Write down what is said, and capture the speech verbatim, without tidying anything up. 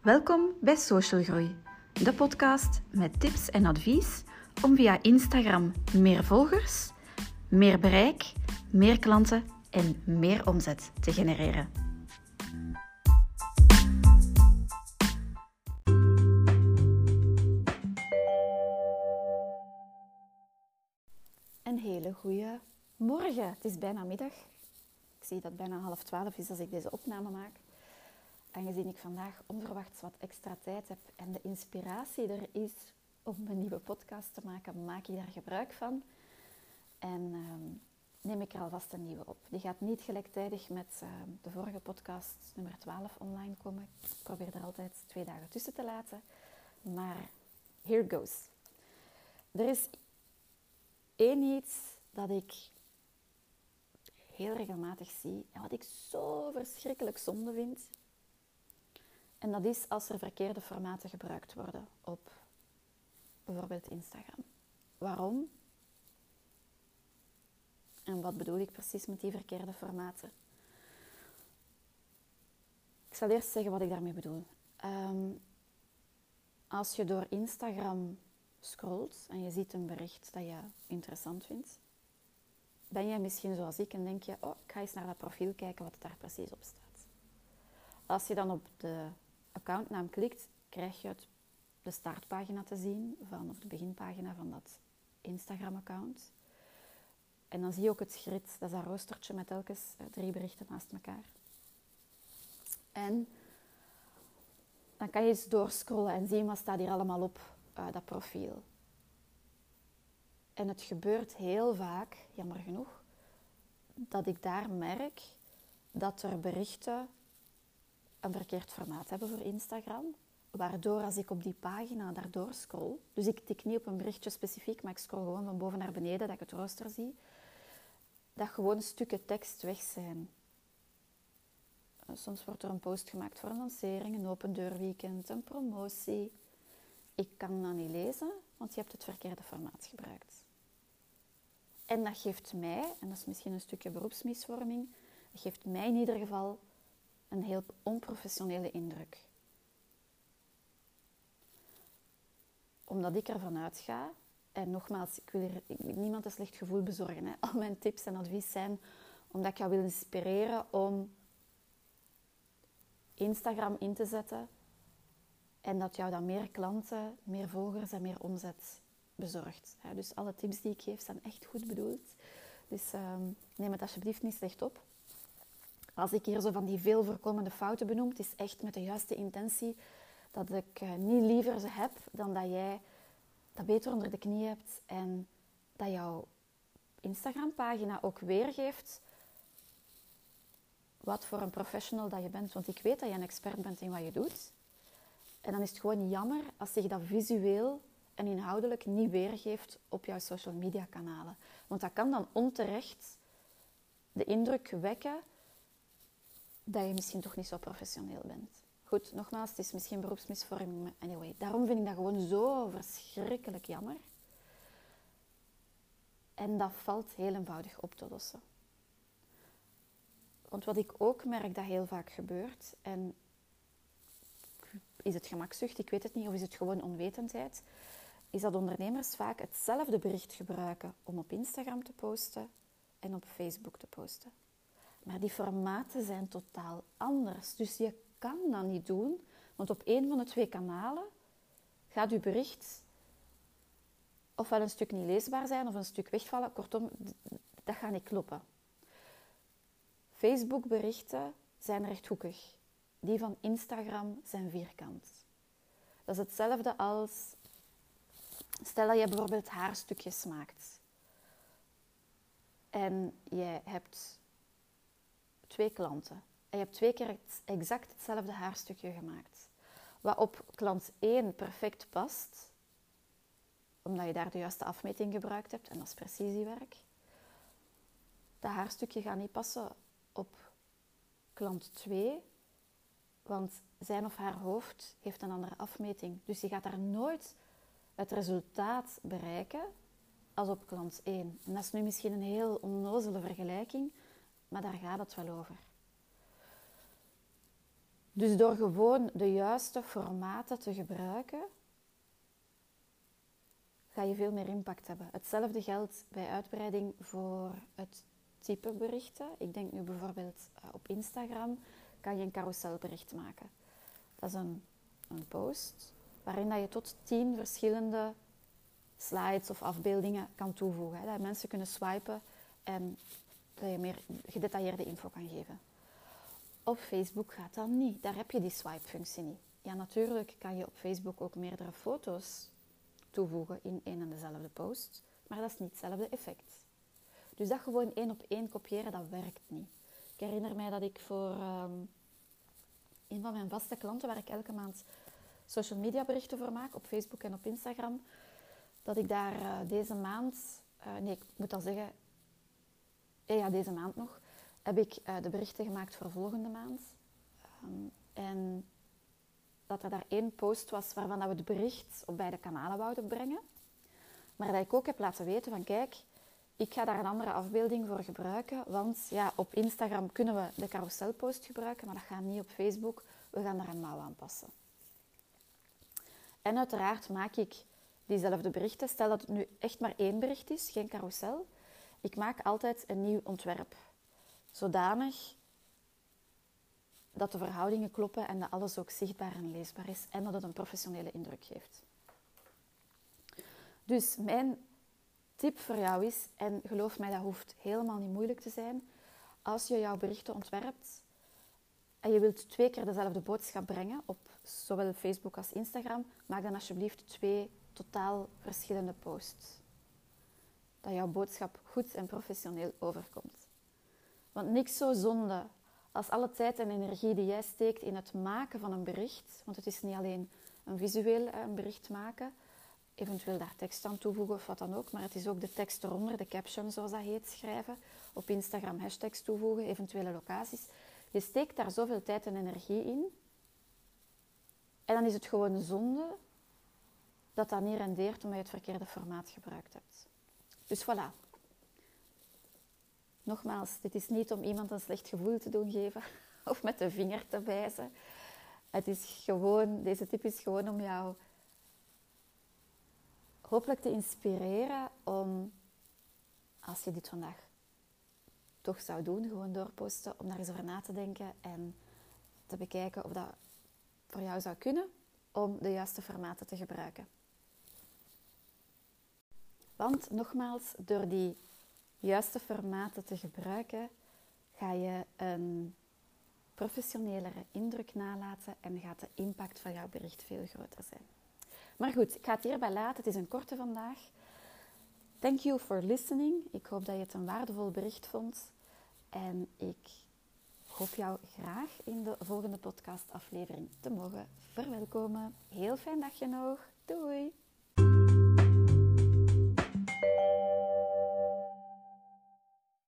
Welkom bij Social Groei, de podcast met tips en advies om via Instagram meer volgers, meer bereik, meer klanten en meer omzet te genereren. Een hele goede morgen. Het is bijna middag. Ik zie dat het bijna half twaalf is als ik deze opname maak. Aangezien ik vandaag onverwachts wat extra tijd heb en de inspiratie er is om een nieuwe podcast te maken, maak ik daar gebruik van. En um, neem ik er alvast een nieuwe op. Die gaat niet gelijktijdig met uh, de vorige podcast, nummer twaalf, online komen. Ik probeer er altijd twee dagen tussen te laten. Maar here goes. Er is één iets dat ik heel regelmatig zie en wat ik zo verschrikkelijk zonde vind. En dat is als er verkeerde formaten gebruikt worden op bijvoorbeeld Instagram. Waarom? En wat bedoel ik precies met die verkeerde formaten? Ik zal eerst zeggen wat ik daarmee bedoel. Um, als je door Instagram scrolt en je ziet een bericht dat je interessant vindt, ben je misschien zoals ik en denk je, oh, ik ga eens naar dat profiel kijken wat daar precies op staat. Als je dan op de accountnaam klikt, krijg je het, de startpagina te zien, van, of de beginpagina van dat Instagram-account. En dan zie je ook het grid, dat is dat roostertje met telkens uh, drie berichten naast elkaar. En dan kan je eens doorscrollen en zien wat staat hier allemaal op uh, dat profiel. En het gebeurt heel vaak, jammer genoeg, dat ik daar merk dat er berichten een verkeerd formaat hebben voor Instagram, waardoor als ik op die pagina daardoor scroll, dus ik tik niet op een berichtje specifiek, maar ik scroll gewoon van boven naar beneden, dat ik het rooster zie, dat gewoon stukken tekst weg zijn. Soms wordt er een post gemaakt voor een lancering, een open deurweekend, een promotie. Ik kan dat niet lezen, want je hebt het verkeerde formaat gebruikt. En dat geeft mij, en dat is misschien een stukje beroepsmisvorming, dat geeft mij in ieder geval een heel onprofessionele indruk. Omdat ik ervan uitga, en nogmaals, ik wil er niemand een slecht gevoel bezorgen. Hè. Al mijn tips en advies zijn omdat ik jou wil inspireren om Instagram in te zetten en dat jou dan meer klanten, meer volgers en meer omzet bezorgt. Hè. Dus alle tips die ik geef zijn echt goed bedoeld. Dus uh, neem het alsjeblieft niet slecht op. Als ik hier zo van die veel voorkomende fouten benoem, het is echt met de juiste intentie dat ik uh, niet liever ze heb dan dat jij dat beter onder de knie hebt en dat jouw Instagram-pagina ook weergeeft wat voor een professional dat je bent. Want ik weet dat je een expert bent in wat je doet. En dan is het gewoon jammer als zich dat visueel en inhoudelijk niet weergeeft op jouw social media kanalen. Want dat kan dan onterecht de indruk wekken dat je misschien toch niet zo professioneel bent. Goed, nogmaals, het is misschien beroepsmisvorming, maar anyway. Daarom vind ik dat gewoon zo verschrikkelijk jammer. En dat valt heel eenvoudig op te lossen. Want wat ik ook merk dat heel vaak gebeurt, en is het gemakzucht, ik weet het niet, of is het gewoon onwetendheid, is dat ondernemers vaak hetzelfde bericht gebruiken om op Instagram te posten en op Facebook te posten. Maar die formaten zijn totaal anders. Dus je kan dat niet doen, want op één van de twee kanalen gaat je bericht ofwel een stuk niet leesbaar zijn of een stuk wegvallen. Kortom, dat gaat niet kloppen. Facebook-berichten zijn rechthoekig. Die van Instagram zijn vierkant. Dat is hetzelfde als, stel dat je bijvoorbeeld haarstukjes maakt. En je hebt twee klanten. En je hebt twee keer exact hetzelfde haarstukje gemaakt. Wat op klant één perfect past, omdat je daar de juiste afmeting gebruikt hebt, en dat is precisiewerk. Dat haarstukje gaat niet passen op klant twee, want zijn of haar hoofd heeft een andere afmeting. Dus je gaat daar nooit het resultaat bereiken als op klant één. En dat is nu misschien een heel onnozele vergelijking, maar daar gaat het wel over. Dus door gewoon de juiste formaten te gebruiken, ga je veel meer impact hebben. Hetzelfde geldt bij uitbreiding voor het type berichten. Ik denk nu bijvoorbeeld uh, op Instagram kan je een carouselbericht maken. Dat is een, een post waarin dat je tot tien verschillende slides of afbeeldingen kan toevoegen. Hè. Dat mensen kunnen swipen en dat je meer gedetailleerde info kan geven. Op Facebook gaat dat niet. Daar heb je die swipe-functie niet. Ja, natuurlijk kan je op Facebook ook meerdere foto's toevoegen in één en dezelfde post. Maar dat is niet hetzelfde effect. Dus dat gewoon één op één kopiëren, dat werkt niet. Ik herinner mij dat ik voor um, een van mijn vaste klanten, waar ik elke maand social media berichten voor maak, op Facebook en op Instagram, dat ik daar uh, deze maand, uh, nee, ik moet al zeggen, eh, ja, deze maand nog, heb ik uh, de berichten gemaakt voor volgende maand. Um, en dat er daar één post was waarvan dat we het bericht op beide kanalen wouden brengen. Maar dat ik ook heb laten weten van kijk, ik ga daar een andere afbeelding voor gebruiken. Want ja, op Instagram kunnen we de carouselpost gebruiken, maar dat gaat niet op Facebook. We gaan daar een mouw aan passen. En uiteraard maak ik diezelfde berichten. Stel dat het nu echt maar één bericht is, geen carousel. Ik maak altijd een nieuw ontwerp. Zodanig dat de verhoudingen kloppen en dat alles ook zichtbaar en leesbaar is. En dat het een professionele indruk geeft. Dus mijn tip voor jou is, en geloof mij, dat hoeft helemaal niet moeilijk te zijn. Als je jouw berichten ontwerpt en je wilt twee keer dezelfde boodschap brengen op zowel Facebook als Instagram, maak dan alsjeblieft twee totaal verschillende posts. Dat jouw boodschap goed en professioneel overkomt. Want niks zo zonde als alle tijd en energie die jij steekt in het maken van een bericht, want het is niet alleen een visueel een bericht maken, eventueel daar tekst aan toevoegen of wat dan ook, maar het is ook de tekst eronder, de caption zoals dat heet, schrijven, op Instagram hashtags toevoegen, eventuele locaties. Je steekt daar zoveel tijd en energie in en dan is het gewoon zonde dat dat niet rendeert omdat je het verkeerde formaat gebruikt hebt. Dus voilà. Nogmaals, dit is niet om iemand een slecht gevoel te doen geven of met de vinger te wijzen. Het is gewoon, deze tip is gewoon om jou hopelijk te inspireren om, als je dit vandaag toch zou doen, gewoon doorposten, om daar eens over na te denken en te bekijken of dat voor jou zou kunnen om de juiste formaten te gebruiken. Want nogmaals, door die juiste formaten te gebruiken, ga je een professionelere indruk nalaten en gaat de impact van jouw bericht veel groter zijn. Maar goed, ik ga het hierbij laten. Het is een korte vandaag. Thank you for listening. Ik hoop dat je het een waardevol bericht vond. En ik hoop jou graag in de volgende podcastaflevering te mogen verwelkomen. Heel fijn dagje nog. Doei!